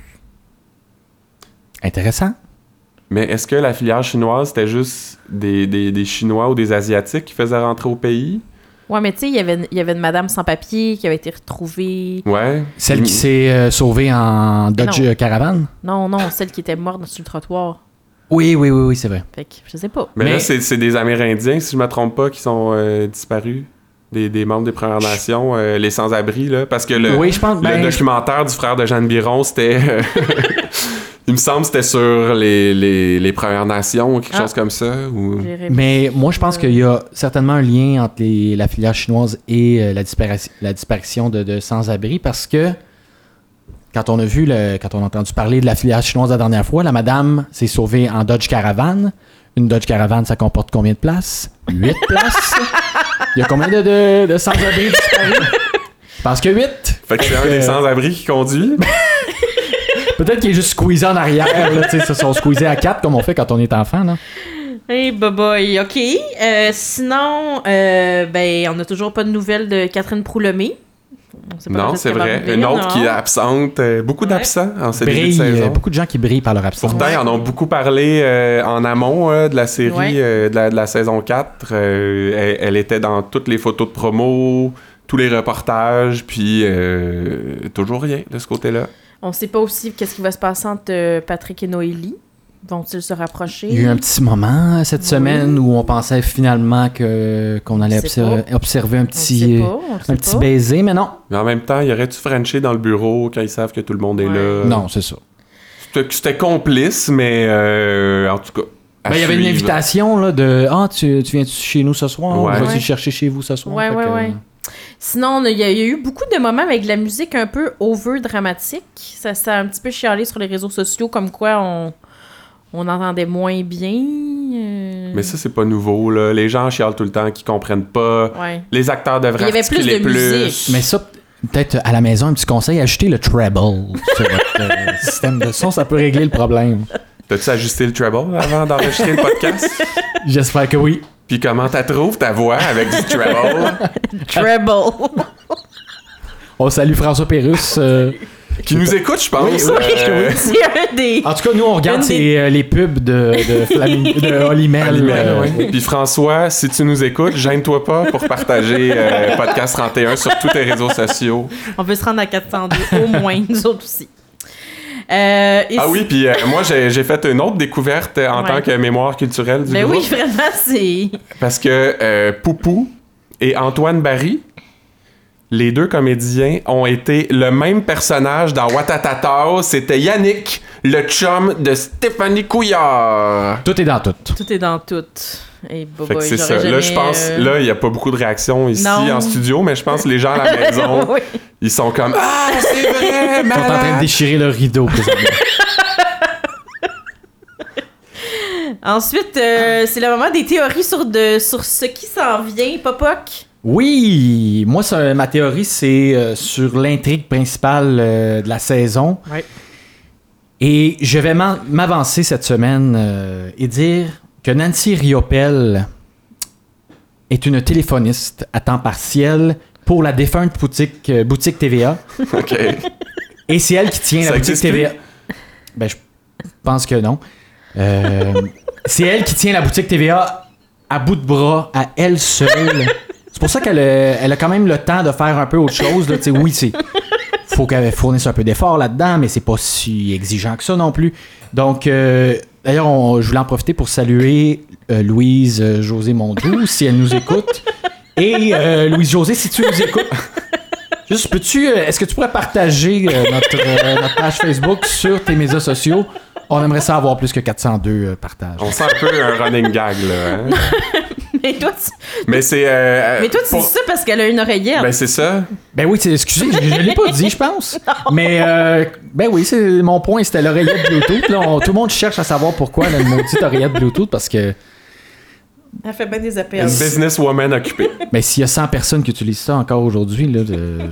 Intéressant. Mais est-ce que la filière chinoise, c'était juste des Chinois ou des Asiatiques qui faisaient rentrer au pays? Ouais, mais tu sais, il y avait une madame sans papier qui avait été retrouvée. Ouais. Celle qui s'est sauvée en Dodge Caravan? Non, celle qui était morte sur le trottoir. Oui, c'est vrai. Fait que, je sais pas. Mais là, c'est des Amérindiens, si je me trompe pas, qui sont disparus. Des membres des Premières Nations, les sans-abri, là. Parce que le documentaire du frère de Jeanne Biron, c'était... Il me semble que c'était sur les Premières Nations ou quelque chose comme ça. Mais moi, je pense qu'il y a certainement un lien entre la filière chinoise et la disparition de sans-abri parce que quand on a entendu parler de la filière chinoise la dernière fois, la madame s'est sauvée en Dodge Caravan. Une Dodge Caravan, ça comporte combien de places? 8 places. Il y a combien de sans-abri disparus? Je pense que 8. Fait que c'est un des sans-abri qui conduit. Peut-être qu'il est juste squeezé en arrière, là, tu sais, ils sont squeezés à 4 comme on fait quand on est enfant, là. Hey, boy, OK. Sinon, on n'a toujours pas de nouvelles de Catherine Proulemé. Non, c'est vrai. Une autre qui est absente. Beaucoup d'absents en cette début de saison. Beaucoup de gens qui brillent par leur absence. Pourtant, ils en ont beaucoup parlé en amont de la série, de la saison 4. Elle était dans toutes les photos de promo, tous les reportages, puis toujours rien de ce côté-là. On sait pas aussi qu'est-ce qui va se passer entre Patrick et Noélie. Vont-ils se rapprocher? Il y a eu un petit moment cette semaine où on pensait finalement qu'on allait observer un petit baiser, mais non. Mais en même temps, y aurait-tu Frenché dans le bureau quand ils savent que tout le monde est là? Non, c'est ça. C'était complice, mais en tout cas. Il y avait une invitation là, de tu viens chez nous ce soir? Ouais. Je vais te chercher chez vous ce soir. Ouais. Sinon, il y a eu beaucoup de moments avec de la musique un peu over-dramatique. Ça a un petit peu chialé sur les réseaux sociaux, comme quoi on entendait moins bien. Mais ça, c'est pas nouveau, là. Les gens chialent tout le temps, qui comprennent pas. Ouais. Les acteurs devraient articuler plus. Musique. Mais ça, peut-être à la maison, un petit conseil, ajouter le treble sur votre système de son, ça peut régler le problème. T'as-tu ajusté le treble avant d'enregistrer le podcast? J'espère que oui. Puis comment t'as trouvé ta voix avec du treble? Treble. On salue François Pérusse. Qui nous écoute, je pense. Oui. C'est un des... En tout cas, nous, on regarde les pubs de Olimel. Oui. Puis François, si tu nous écoutes, gêne-toi pas pour partager Podcast 31 sur tous tes réseaux sociaux. On peut se rendre à 402 au moins, nous autres aussi. Oui, puis moi, j'ai fait une autre découverte en tant que mémoire culturelle du groupe. Oui, vraiment, c'est... Parce que Poupou et Antoine Barry, les deux comédiens, ont été le même personnage dans Watatata. C'était Yannick, le chum de Stéphanie Couillard. Tout est dans tout. Tout est dans tout. Hey, fait que c'est ça. Là, je pense, là, il n'y a pas beaucoup de réactions ici en studio, mais je pense que les gens à la maison, oui. Ils sont comme « Ah, c'est vrai, malade! » Ils sont en train de déchirer le rideau. Ensuite, c'est le moment des théories sur ce qui s'en vient. Popoc? Oui! Moi, ma théorie, c'est sur l'intrigue principale de la saison. Ouais. Et je vais m'avancer cette semaine et dire que Nancy Riopelle est une téléphoniste à temps partiel pour la défunte boutique TVA. OK. Et c'est elle qui tient la boutique TVA. Ben, je pense que non. C'est elle qui tient la boutique TVA à bout de bras, à elle seule. C'est pour ça qu'elle a quand même le temps de faire un peu autre chose. Là. Oui, faut qu'elle fournisse un peu d'effort là-dedans, mais c'est pas si exigeant que ça non plus. Donc, d'ailleurs, je voulais en profiter pour saluer Louise José Mondou, si elle nous écoute. Et Louise José, si tu nous écoutes, juste est-ce que tu pourrais partager notre page Facebook sur tes médias sociaux? On aimerait ça avoir plus que 402 partages. On sent un peu un running gag, là. Hein? Mais toi, Mais c'est... Mais toi, tu dis ça parce qu'elle a une oreillette. Ben, c'est ça. Ben oui, excusez, je l'ai pas dit, je pense. Mais, ben oui, mon point, c'était l'oreillette Bluetooth. Là, tout le monde cherche à savoir pourquoi elle a une maudite oreillette Bluetooth, parce que... Elle fait bien des appels. Une businesswoman occupée. Mais s'il y a 100 personnes qui utilisent ça encore aujourd'hui, là,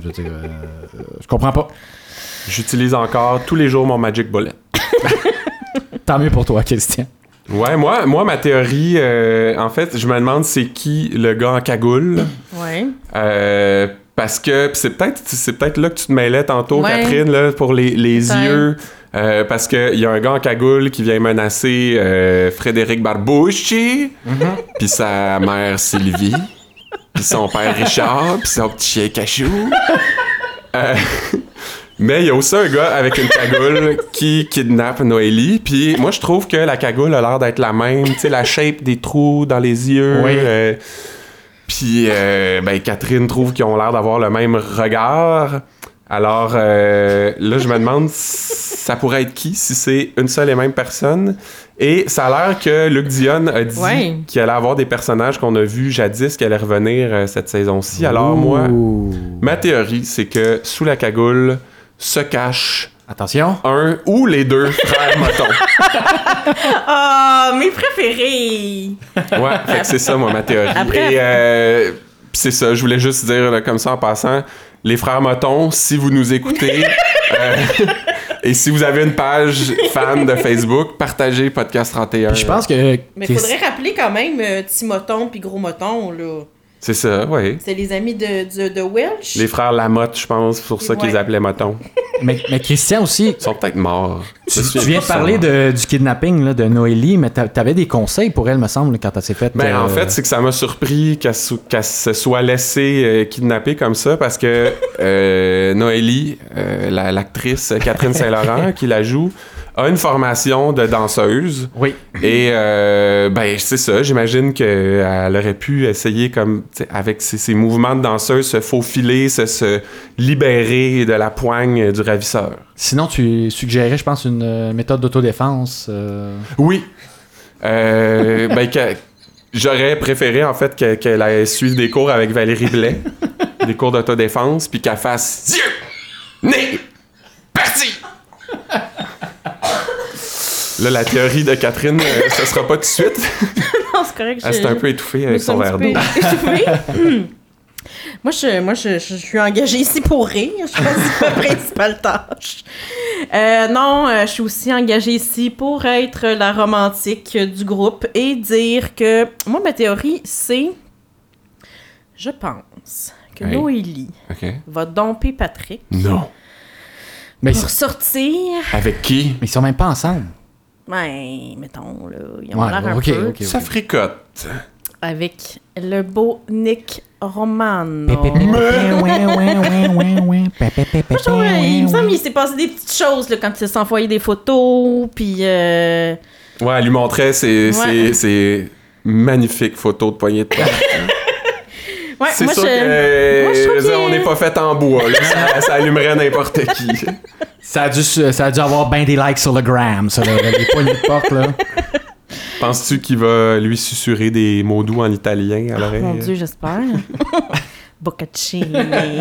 je comprends pas. J'utilise encore tous les jours mon Magic Bullet. Tant mieux pour toi, Christian. Ouais, moi ma théorie, en fait, je me demande c'est qui le gars en cagoule. Ouais. Parce que c'est peut-être là que tu te mêlais tantôt, ouais. Catherine, là, pour les yeux. Parce qu'il y a un gars en cagoule qui vient menacer Frédéric Barbouchi, puis sa mère Sylvie, puis son père Richard, puis son petit chien Cachou. Mais il y a aussi un gars avec une cagoule qui kidnappe Noélie. Puis moi, je trouve que la cagoule a l'air d'être la même. Tu sais, la shape des trous dans les yeux. Oui. Puis Catherine trouve qu'ils ont l'air d'avoir le même regard. Alors là, je me demande ça pourrait être qui si c'est une seule et même personne. Et ça a l'air que Luc Dionne a dit qu'il allait avoir des personnages qu'on a vus jadis qui allaient revenir cette saison-ci. Alors moi, ma théorie, c'est que sous la cagoule se cache attention un ou les deux frères Moton. Ah, mes préférés! Ouais, fait que c'est ça, moi, ma théorie. Après... Et c'est ça, je voulais juste dire, là, comme ça, en passant, les frères Moton, si vous nous écoutez, et si vous avez une page fan de Facebook, partagez Podcast 31. Puis je pense que... Mais il faudrait rappeler quand même Petit Moton puis Gros Moton, là. C'est ça, oui. C'est les amis de Welsh. Les frères Lamotte, je pense, c'est pour ça qu'ils appelaient Moton. Mais Christian aussi... Ils sont peut-être morts. Tu viens de parler du kidnapping là, de Noélie, mais t'avais des conseils pour elle, me semble, quand elle s'est faite... Ben, en fait, c'est que ça m'a surpris qu'elle se soit laissée kidnapper comme ça, parce que Noélie, l'actrice Catherine Saint-Laurent, qui la joue, a une formation de danseuse. Oui. Et ben c'est ça, j'imagine qu'elle aurait pu essayer comme avec ses mouvements de danseuse se faufiler, se libérer de la poigne du ravisseur. Sinon, tu suggérais, je pense, une méthode d'autodéfense. Oui. Ben j'aurais préféré en fait qu'elle aille suivre des cours avec Valérie Blais, des cours d'autodéfense, puis qu'elle fasse Dieu, nez, parti. Là, la théorie de Catherine, ce sera pas tout de suite. Non, c'est correct. Elle s'est un peu étouffée avec son verre d'eau. Moi, je suis engagée ici pour rire. Je pense que c'est la principale tâche. Non, je suis aussi engagée ici pour être la romantique du groupe et dire que moi, ma théorie, c'est... Je pense que Noélie va domper Patrick. Non. Mais pour sortir... Avec qui? Mais ils sont même pas ensemble. Ben, mettons, là, ils ont l'air un peu... Okay. Ça fricote. Avec le beau Nick Romano. Il me semble qu'il s'est passé des petites choses là, quand il s'est envoyé des photos, puis... Ouais, elle lui montrait ses magnifiques photos de poignées de porte. Ouais, c'est moi, sûr on n'est pas fait en bois. Là, ça allumerait n'importe qui. Ça a dû avoir bien des likes sur le gram, ça, là, les poignées de porte, là. Penses-tu qu'il va lui susurrer des mots doux en italien à l'oreille? Mon Dieu, j'espère. Boccaccini.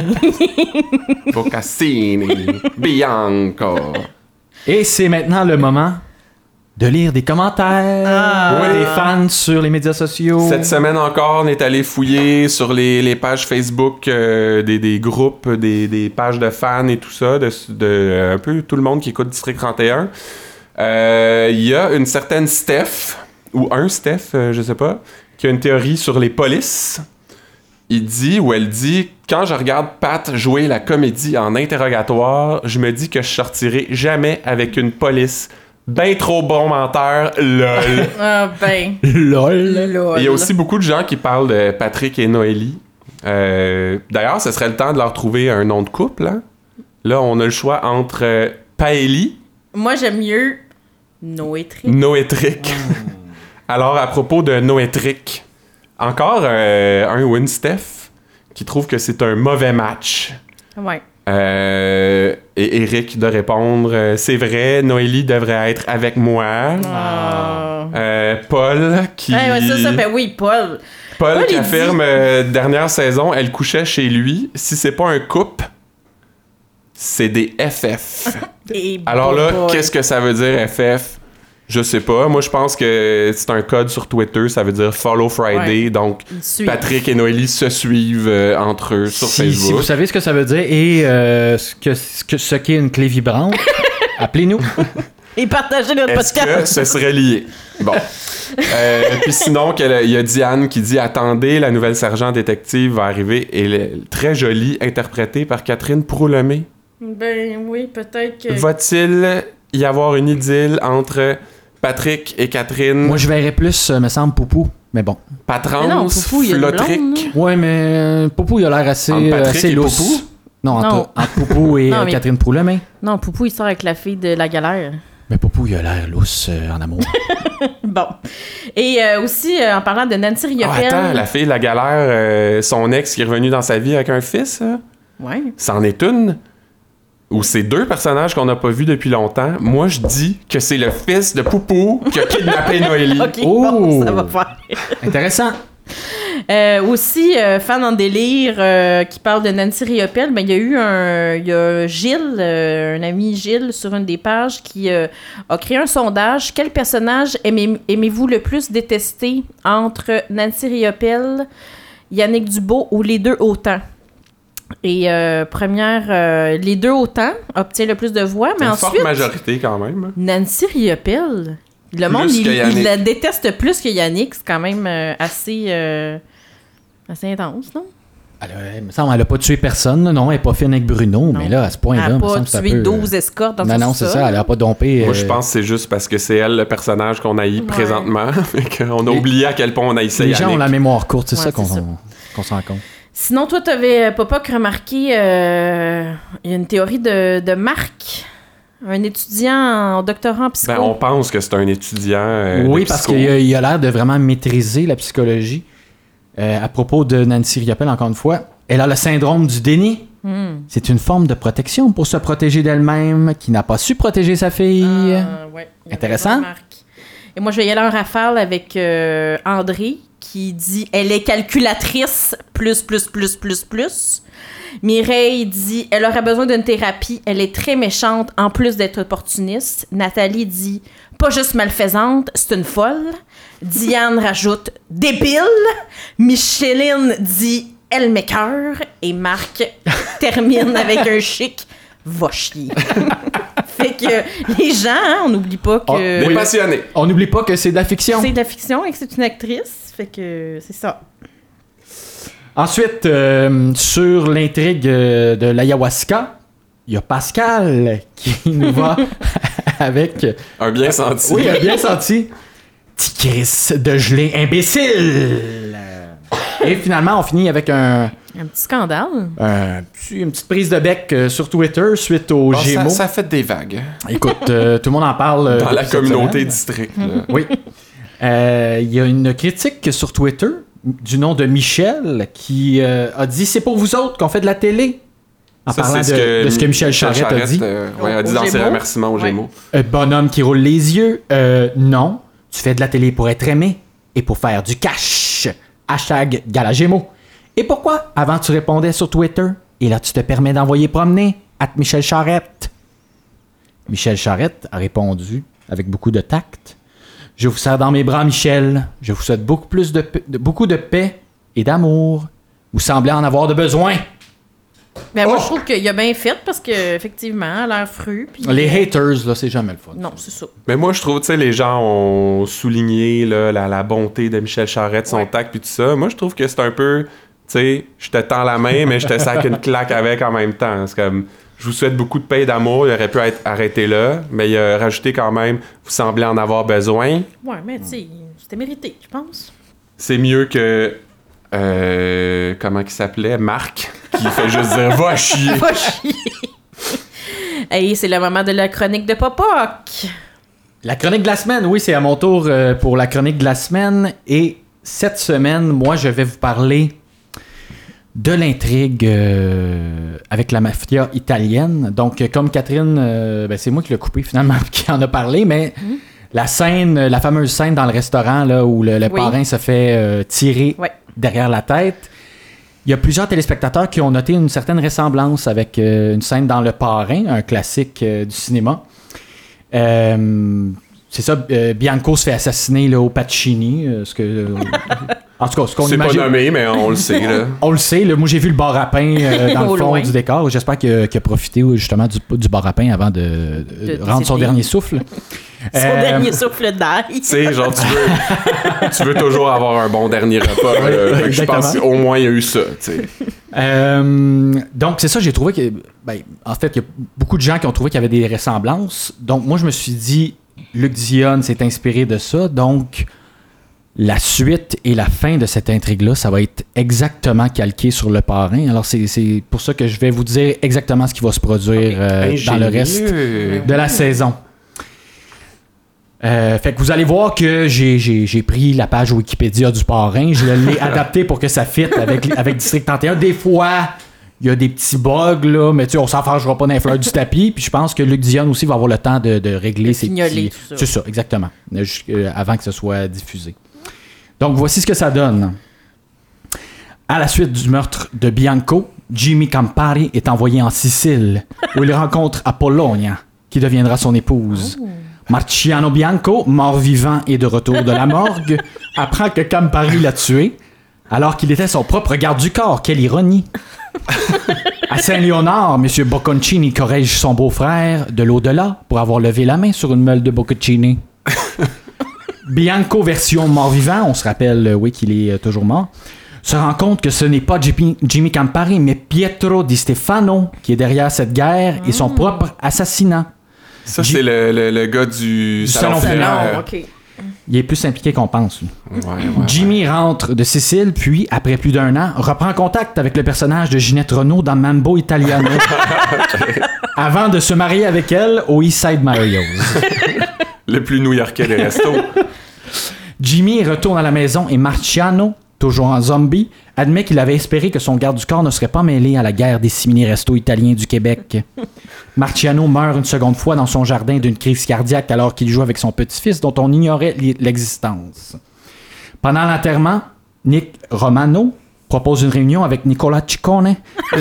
Boccaccini. Bianco. Et c'est maintenant le moment de lire des commentaires des fans sur les médias sociaux. Cette semaine encore, on est allé fouiller sur les pages Facebook des groupes, des pages de fans et tout ça, de un peu tout le monde qui écoute District 31. Il y a une certaine Steph, ou un Steph, je sais pas, qui a une théorie sur les polices. Elle dit, quand je regarde Pat jouer la comédie en interrogatoire, je me dis que je sortirai jamais avec une police. Ben trop bon menteur, lol. Ah ben. Lol. Il y a aussi beaucoup de gens qui parlent de Patrick et Noélie. D'ailleurs, ce serait le temps de leur trouver un nom de couple. Hein? Là, on a le choix entre Paélie. Moi, j'aime mieux Noétric. Noétric. Alors, à propos de Noétric, encore un Winsteph qui trouve que c'est un mauvais match. Ouais. Et Eric de répondre c'est vrai, Noélie devrait être avec moi. Paul qui. Paul qui affirme dernière saison, elle couchait chez lui. Si c'est pas un couple, c'est des FF. Alors là, qu'est-ce que ça veut dire FF? Je sais pas. Moi, je pense que c'est un code sur Twitter. Ça veut dire Follow Friday. Ouais. Donc, Patrick et Noélie se suivent entre eux sur Facebook. Si vous savez ce que ça veut dire et ce qu'est une clé vibrante, appelez-nous. Et partagez notre podcast. Est-ce que ce serait lié? Bon. Puis sinon, il y a Diane qui dit « Attendez, la nouvelle sergent détective va arriver. » Et elle est très jolie, interprétée par Catherine Proulemé. Ben oui, peut-être que... Va-t-il y avoir une idylle entre Patrick et Catherine? Moi, je verrais plus, me semble, Poupou. Mais bon. Patrons, Flotric. Ouais, mais Poupou, il a l'air assez lousse. Poupou? Non, entre Poupou et Catherine Proulemé. Non, Poupou, il sort avec la fille de la galère. Mais Poupou, il a l'air lousse en amour. Bon. Et aussi, en parlant de Nancy Riopelle... attends, la fille de la galère, son ex qui est revenu dans sa vie avec un fils, ouais. C'en est une? Ou c'est deux personnages qu'on n'a pas vus depuis longtemps. Moi, je dis que c'est le fils de Poupou qui a kidnappé Noélie. OK, bon, ça va faire. Intéressant. Aussi, fan en délire qui parle de Nancy Riopelle, ben, il y a Gilles, un ami Gilles, sur une des pages qui a créé un sondage. Quel personnage aimez-vous le plus détester entre Nancy Riopelle, Yannick Dubeau ou les deux autant? Et les deux autant obtient le plus de voix, mais ensuite... Une forte majorité quand même. Nancy Riopelle, le monde, il la déteste plus que Yannick. C'est quand même assez intense, non? Il me semble qu'elle n'a pas tué personne. Non, elle n'est pas fine avec Bruno, mais là, à ce point-là... Elle n'a pas tué 12 escortes dans Non, c'est ça. Elle n'a pas dompé... Moi, je pense que c'est juste parce que c'est elle, le personnage qu'on haït présentement. On a oublié à quel point on haïssait Yannick. Les gens ont la mémoire courte, c'est ça qu'on se rend compte. Sinon, toi, t'avais, Popoc, remarqué, il y a une théorie de Marc Un étudiant en doctorat en psycho. Ben, on pense que c'est un étudiant Oui, de parce psycho. qu'il a l'air de vraiment maîtriser la psychologie. À propos de Nancy Riopelle, encore une fois, elle a le syndrome du déni. C'est une forme de protection pour se protéger d'elle-même, qui n'a pas su protéger sa fille. Ouais, Intéressant. Et moi, je vais y aller en rafale avec André, qui dit « Elle est calculatrice, plus. » Mireille dit « Elle aurait besoin d'une thérapie. Elle est très méchante, en plus d'être opportuniste. » Nathalie dit « Pas juste malfaisante, c'est une folle. » Diane rajoute « Débile. » Micheline dit « Elle m'écoeure. » Et Marc termine avec un chic « Va chier. » Fait que les gens, hein, on n'oublie pas que... Des passionnés. On n'oublie pas que c'est de la fiction. C'est de la fiction et que c'est une actrice. Fait que c'est ça. Ensuite, sur l'intrigue de l'ayahuasca, il y a Pascal qui nous va avec... Un bien senti. Oui, bien senti. Petit Chris de gelé imbécile. Et finalement, on finit avec Un petit scandale. une petite prise de bec sur Twitter suite aux Gémeaux. Ça fait des vagues. Écoute, tout le monde en parle. Dans la cette communauté semaine. district. Là. Oui. Il y a une critique sur Twitter du nom de Michel qui a dit « C'est pour vous autres qu'on fait de la télé ». En Ça, parlant c'est de ce que Michel Charette a dit. a dit Aux dans ses Gémeaux. remerciements aux Ouais. Gémeaux. Bonhomme qui roule les yeux. Non, tu fais de la télé pour être aimé et pour faire du cash. Hashtag Gala Gémeaux. Et pourquoi? Avant, tu répondais sur Twitter et là, tu te permets d'envoyer promener @Michel Charette. Michel Charette a répondu avec beaucoup de tact. Je vous serre dans mes bras, Michel. Je vous souhaite beaucoup de paix et d'amour. Vous semblez en avoir de besoin. Ben, moi, je trouve qu'il a bien fait parce qu'effectivement, elle a l'air fru. Puis... Les haters, là, c'est jamais le fun. Non, c'est ça. Mais moi, je trouve, tu sais, les gens ont souligné là, la bonté de Michel Charette, son tact, puis tout ça. Moi, je trouve que c'est un peu, tu sais, je te tends la main, mais je te sac une claque avec en même temps. C'est comme, je vous souhaite beaucoup de paix et d'amour. Il aurait pu être arrêté là, mais il a rajouté quand même, vous semblez en avoir besoin. Ouais, mais tu sais, c'était mérité, je pense. C'est mieux que, comment il s'appelait? Marc, qui fait juste dire, va chier. Va chier. Hey, c'est le moment de la chronique de Popoc. La chronique de la semaine, oui, c'est à mon tour pour la chronique de la semaine. Et cette semaine, moi, je vais vous parler de l'intrigue avec la mafia italienne. Donc, comme Catherine, c'est moi qui l'ai coupé finalement, qui en a parlé, mais la fameuse scène dans le restaurant là, où le parrain se fait tirer derrière la tête. Il y a plusieurs téléspectateurs qui ont noté une certaine ressemblance avec une scène dans Le Parrain, un classique du cinéma. C'est ça, Bianco se fait assassiner là, au Pacini. En tout cas, ce qu'on C'est imagine... pas nommé, mais on le sait. Là. On le sait. Là, moi, j'ai vu le bar à pain dans Au le fond loin. du décor. J'espère qu'il a profité justement du bar à pain avant de rendre son décéder. dernier souffle. Son dernier souffle d'ail. Tu sais, genre, tu veux toujours avoir un bon dernier repas. là. Fait que je pense qu'au moins, il y a eu ça, tu sais. Donc, c'est ça, j'ai trouvé que... en fait, il y a beaucoup de gens qui ont trouvé qu'il y avait des ressemblances. Donc, moi, je me suis dit, Luc Dionne s'est inspiré de ça. Donc, la suite et la fin de cette intrigue-là, ça va être exactement calqué sur Le Parrain. Alors, c'est pour ça que je vais vous dire exactement ce qui va se produire dans le reste de la saison. Fait que vous allez voir que j'ai pris la page Wikipédia du Parrain, je l'ai adapté pour que ça fitte avec District 31. Des fois, il y a des petits bugs, là, mais tu sais, on s'en fâchera pas dans les fleurs du tapis. Puis je pense que Luc Dionne aussi va avoir le temps de régler ses fignoler petits... tout ça. C'est ça, exactement. Avant que ce soit diffusé. Donc, voici ce que ça donne. À la suite du meurtre de Bianco, Jimmy Campari est envoyé en Sicile, où il rencontre Apollonia, qui deviendra son épouse. Marciano Bianco, mort-vivant et de retour de la morgue, apprend que Campari l'a tué, alors qu'il était son propre garde du corps. Quelle ironie! À Saint-Léonard, M. Bocconcini corrige son beau-frère de l'au-delà pour avoir levé la main sur une meule de Bocconcini. Bianco, version mort-vivant, on se rappelle, oui, qu'il est toujours mort, se rend compte que ce n'est pas Jimmy Campari, mais Pietro Di Stefano qui est derrière cette guerre et son propre assassinat. Ça, c'est le gars du salon salon funèbraire. Non, OK. Il est plus impliqué qu'on pense. Ouais, Jimmy rentre de Sicile, puis, après plus d'1 an, reprend contact avec le personnage de Ginette Renault dans Mambo Italiano, avant de se marier avec elle au East Side Marios. Le plus new-yorkais des restos. Jimmy retourne à la maison et Marciano, toujours en zombie, admet qu'il avait espéré que son garde du corps ne serait pas mêlé à la guerre des simili-restos italiens du Québec. Marciano meurt une seconde fois dans son jardin d'une crise cardiaque alors qu'il joue avec son petit-fils dont on ignorait l'existence. Pendant l'enterrement, Nick Romano propose une réunion avec Nicola Ciccone.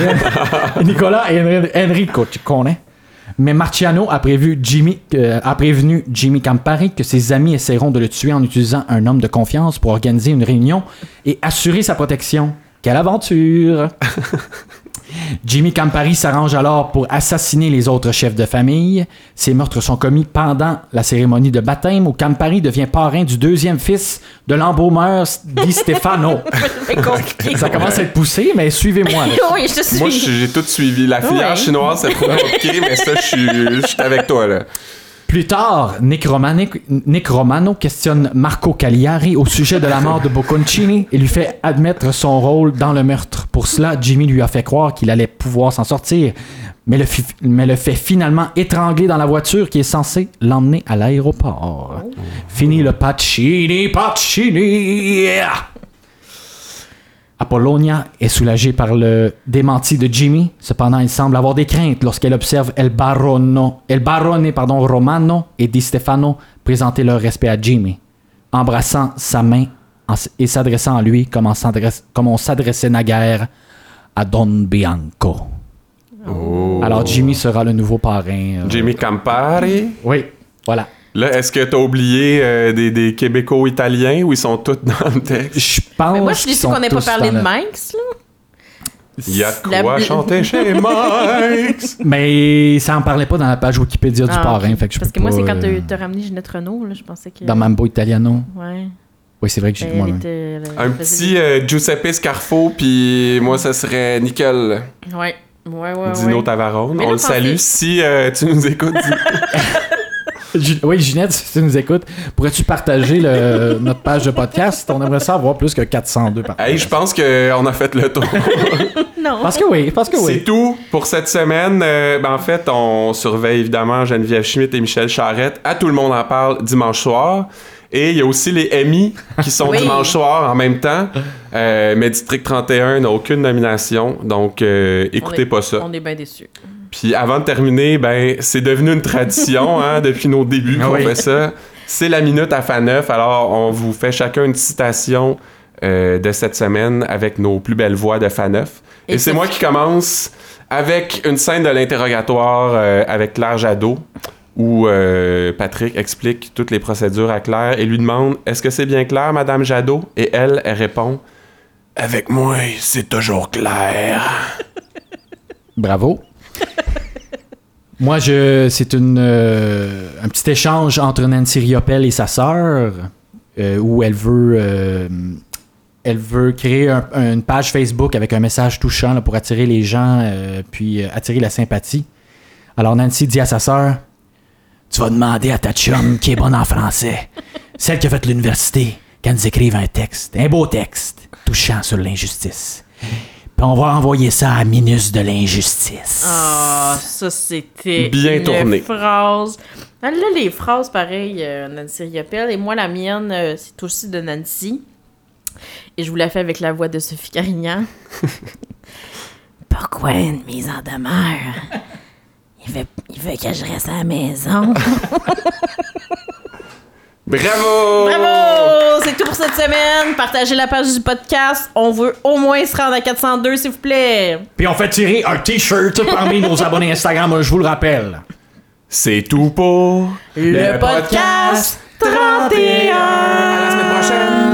Nicola et Enrico Ciccone. Mais Marciano a prévenu Jimmy Campari que ses amis essaieront de le tuer en utilisant un homme de confiance pour organiser une réunion et assurer sa protection. Quelle aventure! Jimmy Campari s'arrange alors pour assassiner les autres chefs de famille. Ces meurtres sont commis pendant la cérémonie de baptême où Campari devient parrain du deuxième fils de l'embaumeur Di Stefano. Ça commence à être poussé, mais suivez-moi. Oui, je te suis. Moi, j'ai tout suivi. La filière chinoise, c'est trop compliqué, mais ça, je suis avec toi, là. Plus tard, Nick Romano questionne Marco Cagliari au sujet de la mort de Bocconcini et lui fait admettre son rôle dans le meurtre. Pour cela, Jimmy lui a fait croire qu'il allait pouvoir s'en sortir, mais le fait finalement étrangler dans la voiture qui est censée l'emmener à l'aéroport. Fini le Pacini! Yeah! Apollonia est soulagée par le démenti de Jimmy. Cependant, il semble avoir des craintes lorsqu'elle observe El Barone Romano et Di Stefano présenter leur respect à Jimmy, embrassant sa main et s'adressant à lui comme on s'adressait naguère à Don Bianco. Oh. Alors, Jimmy sera le nouveau parrain. Jimmy Campari. Oui, voilà. Là, est-ce que t'as oublié des Québécois-Italiens ou ils sont tous dans le texte? Je pense Mais moi, je suis déçue qu'on n'ait pas parlé de Manx, là. Il y a de quoi chanter chez Mike's. Mais ça en parlait pas dans la page Wikipédia du parrain. Fait que parce que moi, c'est quand t'as ramené Ginette Renault, là, je pensais que... Dans Mambo Italiano. Ouais. Oui, c'est vrai que j'ai... moi, un petit Giuseppe Scarfo, puis moi, ça serait Nickel. Ouais. Dino Tavarone. On le salue. Si tu nous écoutes, Oui, Ginette, si tu nous écoutes, pourrais-tu partager notre page de podcast? On aimerait ça avoir plus que 402 partages. Hey, je pense qu'on a fait le tour. Non. Parce que oui. C'est tout pour cette semaine. En fait, on surveille évidemment Geneviève Schmidt et Michel Charette. À Tout le monde en parle dimanche soir. Et il y a aussi les Emmy qui sont dimanche soir en même temps. Mais District 31 n'a aucune nomination. Donc, écoutez pas ça. On est bien déçus. Puis avant de terminer, c'est devenu une tradition depuis nos débuts qu'on fait ça. C'est la minute à Faneuf. Alors, on vous fait chacun une citation de cette semaine avec nos plus belles voix de Faneuf. Et c'est moi qui commence avec une scène de l'interrogatoire avec Claire Jadot où Patrick explique toutes les procédures à Claire et lui demande « Est-ce que c'est bien clair, Madame Jadot? » Et elle répond « Avec moi, c'est toujours clair. » Bravo. Moi, c'est un petit échange entre Nancy Riopelle et sa sœur où elle veut créer une page Facebook avec un message touchant là, pour attirer les gens puis attirer la sympathie. Alors Nancy dit à sa sœur « Tu vas demander à ta chum qui est bonne en français, celle qui a fait l'université, qu'elle nous écrive un texte, un beau texte touchant sur l'injustice. » Puis on va envoyer ça à Minus de l'injustice. Ah, ça, c'était bien une tourné. Phrase. Elle a les phrases pareilles, Nancy Riopelle. Et moi, la mienne, c'est aussi de Nancy. Et je vous la fais avec la voix de Sophie Carignan. Pourquoi une mise en demeure? Il veut que je reste à la maison. Bravo! Bravo! C'est tout pour cette semaine. Partagez la page du podcast. On veut au moins se rendre à 402, s'il vous plaît. Puis on fait tirer un T-shirt parmi nos abonnés Instagram, je vous le rappelle. C'est tout pour le podcast 31. À la semaine prochaine.